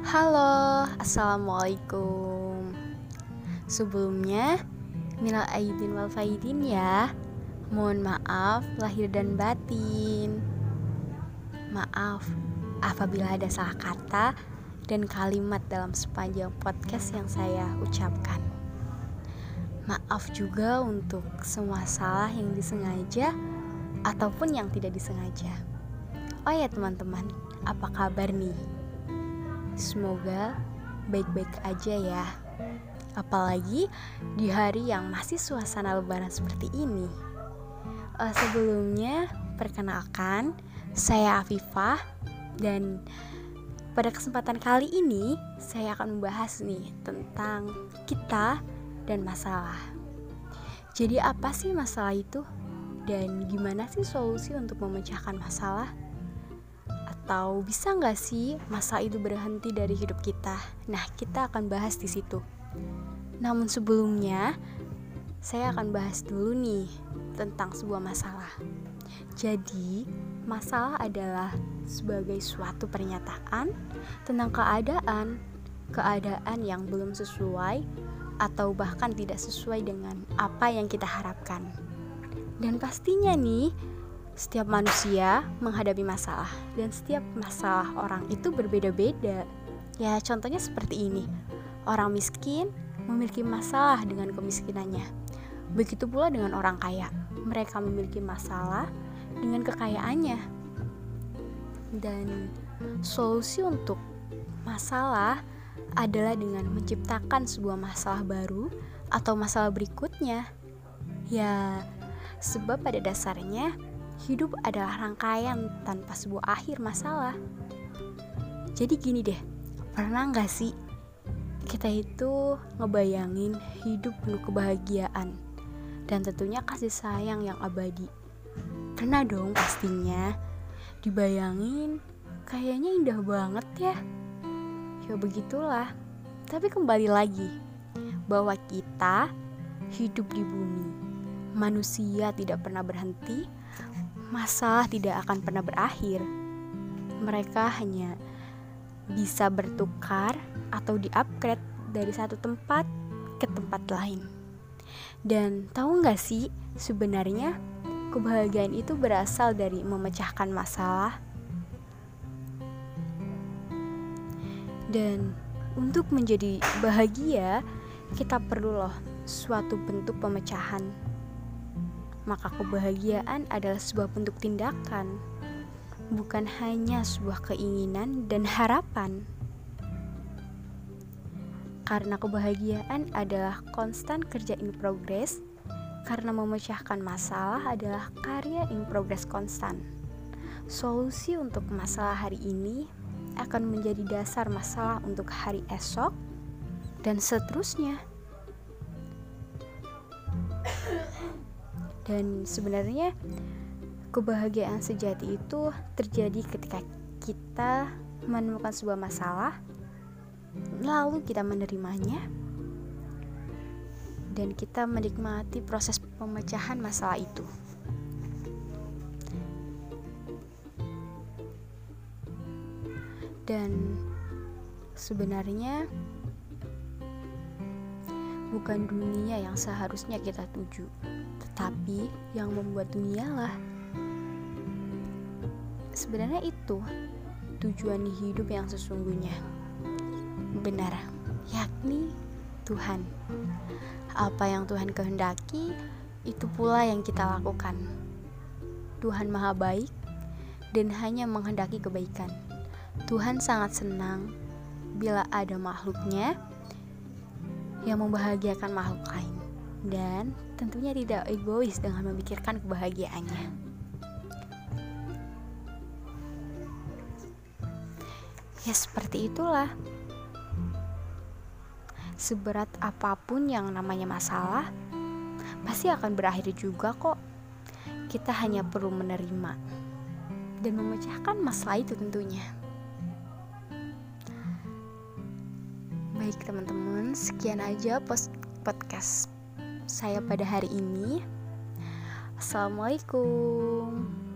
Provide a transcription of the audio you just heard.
Halo, assalamualaikum. Sebelumnya, minal aidin wal faidin ya. Mohon maaf lahir dan batin. Maaf apabila ada salah kata dan kalimat dalam sepanjang podcast yang saya ucapkan. Maaf juga untuk semua salah yang disengaja ataupun yang tidak disengaja. Oh ya teman-teman, apa kabar nih? Semoga baik-baik aja ya. Apalagi di hari yang masih suasana lebaran seperti ini. Sebelumnya, perkenalkan, saya Afifah. Dan pada kesempatan kali ini saya akan membahas nih tentang kita dan masalah. Jadi apa sih masalah itu? Dan gimana sih solusi untuk memecahkan masalah? Atau bisa nggak sih masalah itu berhenti dari hidup kita? Nah, kita akan bahas di situ. Namun sebelumnya, saya akan bahas dulu nih tentang sebuah masalah. Jadi, masalah adalah sebagai suatu pernyataan tentang keadaan yang belum sesuai atau bahkan tidak sesuai dengan apa yang kita harapkan. Dan pastinya nih, setiap manusia menghadapi masalah dan setiap masalah orang itu berbeda-beda. Ya, contohnya seperti ini. Orang miskin memiliki masalah dengan kemiskinannya. Begitu pula dengan orang kaya. Mereka memiliki masalah dengan kekayaannya. Dan solusi untuk masalah adalah dengan menciptakan sebuah masalah baru atau masalah berikutnya. Ya, sebab pada dasarnya hidup adalah rangkaian tanpa sebuah akhir masalah. Jadi gini deh, pernah gak sih kita itu ngebayangin hidup penuh kebahagiaan dan tentunya kasih sayang yang abadi? Pernah dong pastinya. Dibayangin kayaknya indah banget ya. Ya begitulah. Tapi kembali lagi bahwa kita hidup di bumi. Manusia tidak pernah berhenti. Masalah tidak akan pernah berakhir. Mereka hanya bisa bertukar atau di-upgrade dari satu tempat ke tempat lain. Dan tahu gak sih, sebenarnya kebahagiaan itu berasal dari memecahkan masalah. Dan untuk menjadi bahagia, kita perlu loh suatu bentuk pemecahan. Maka kebahagiaan adalah sebuah bentuk tindakan, bukan hanya sebuah keinginan dan harapan. Karena kebahagiaan adalah konstan kerja in progress, karena memecahkan masalah adalah karya in progress konstan. Solusi untuk masalah hari ini akan menjadi dasar masalah untuk hari esok dan seterusnya. Dan sebenarnya kebahagiaan sejati itu terjadi ketika kita menemukan sebuah masalah, lalu kita menerimanya, dan kita menikmati proses pemecahan masalah itu. Dan sebenarnya bukan dunia yang seharusnya kita tuju, tetapi yang membuat dunia lah. Sebenarnya itu tujuan hidup yang sesungguhnya. Benar, yakni Tuhan. Apa yang Tuhan kehendaki, itu pula yang kita lakukan. Tuhan Maha Baik dan hanya menghendaki kebaikan. Tuhan sangat senang bila ada makhluknya yang membahagiakan makhluk lain, dan tentunya tidak egois dengan memikirkan kebahagiaannya. Ya seperti itulah. Seberat apapun yang namanya masalah, pasti akan berakhir juga kok. Kita hanya perlu menerima dan memecahkan masalah itu tentunya. Baik teman-teman, sekian aja podcast saya pada hari ini. Assalamualaikum.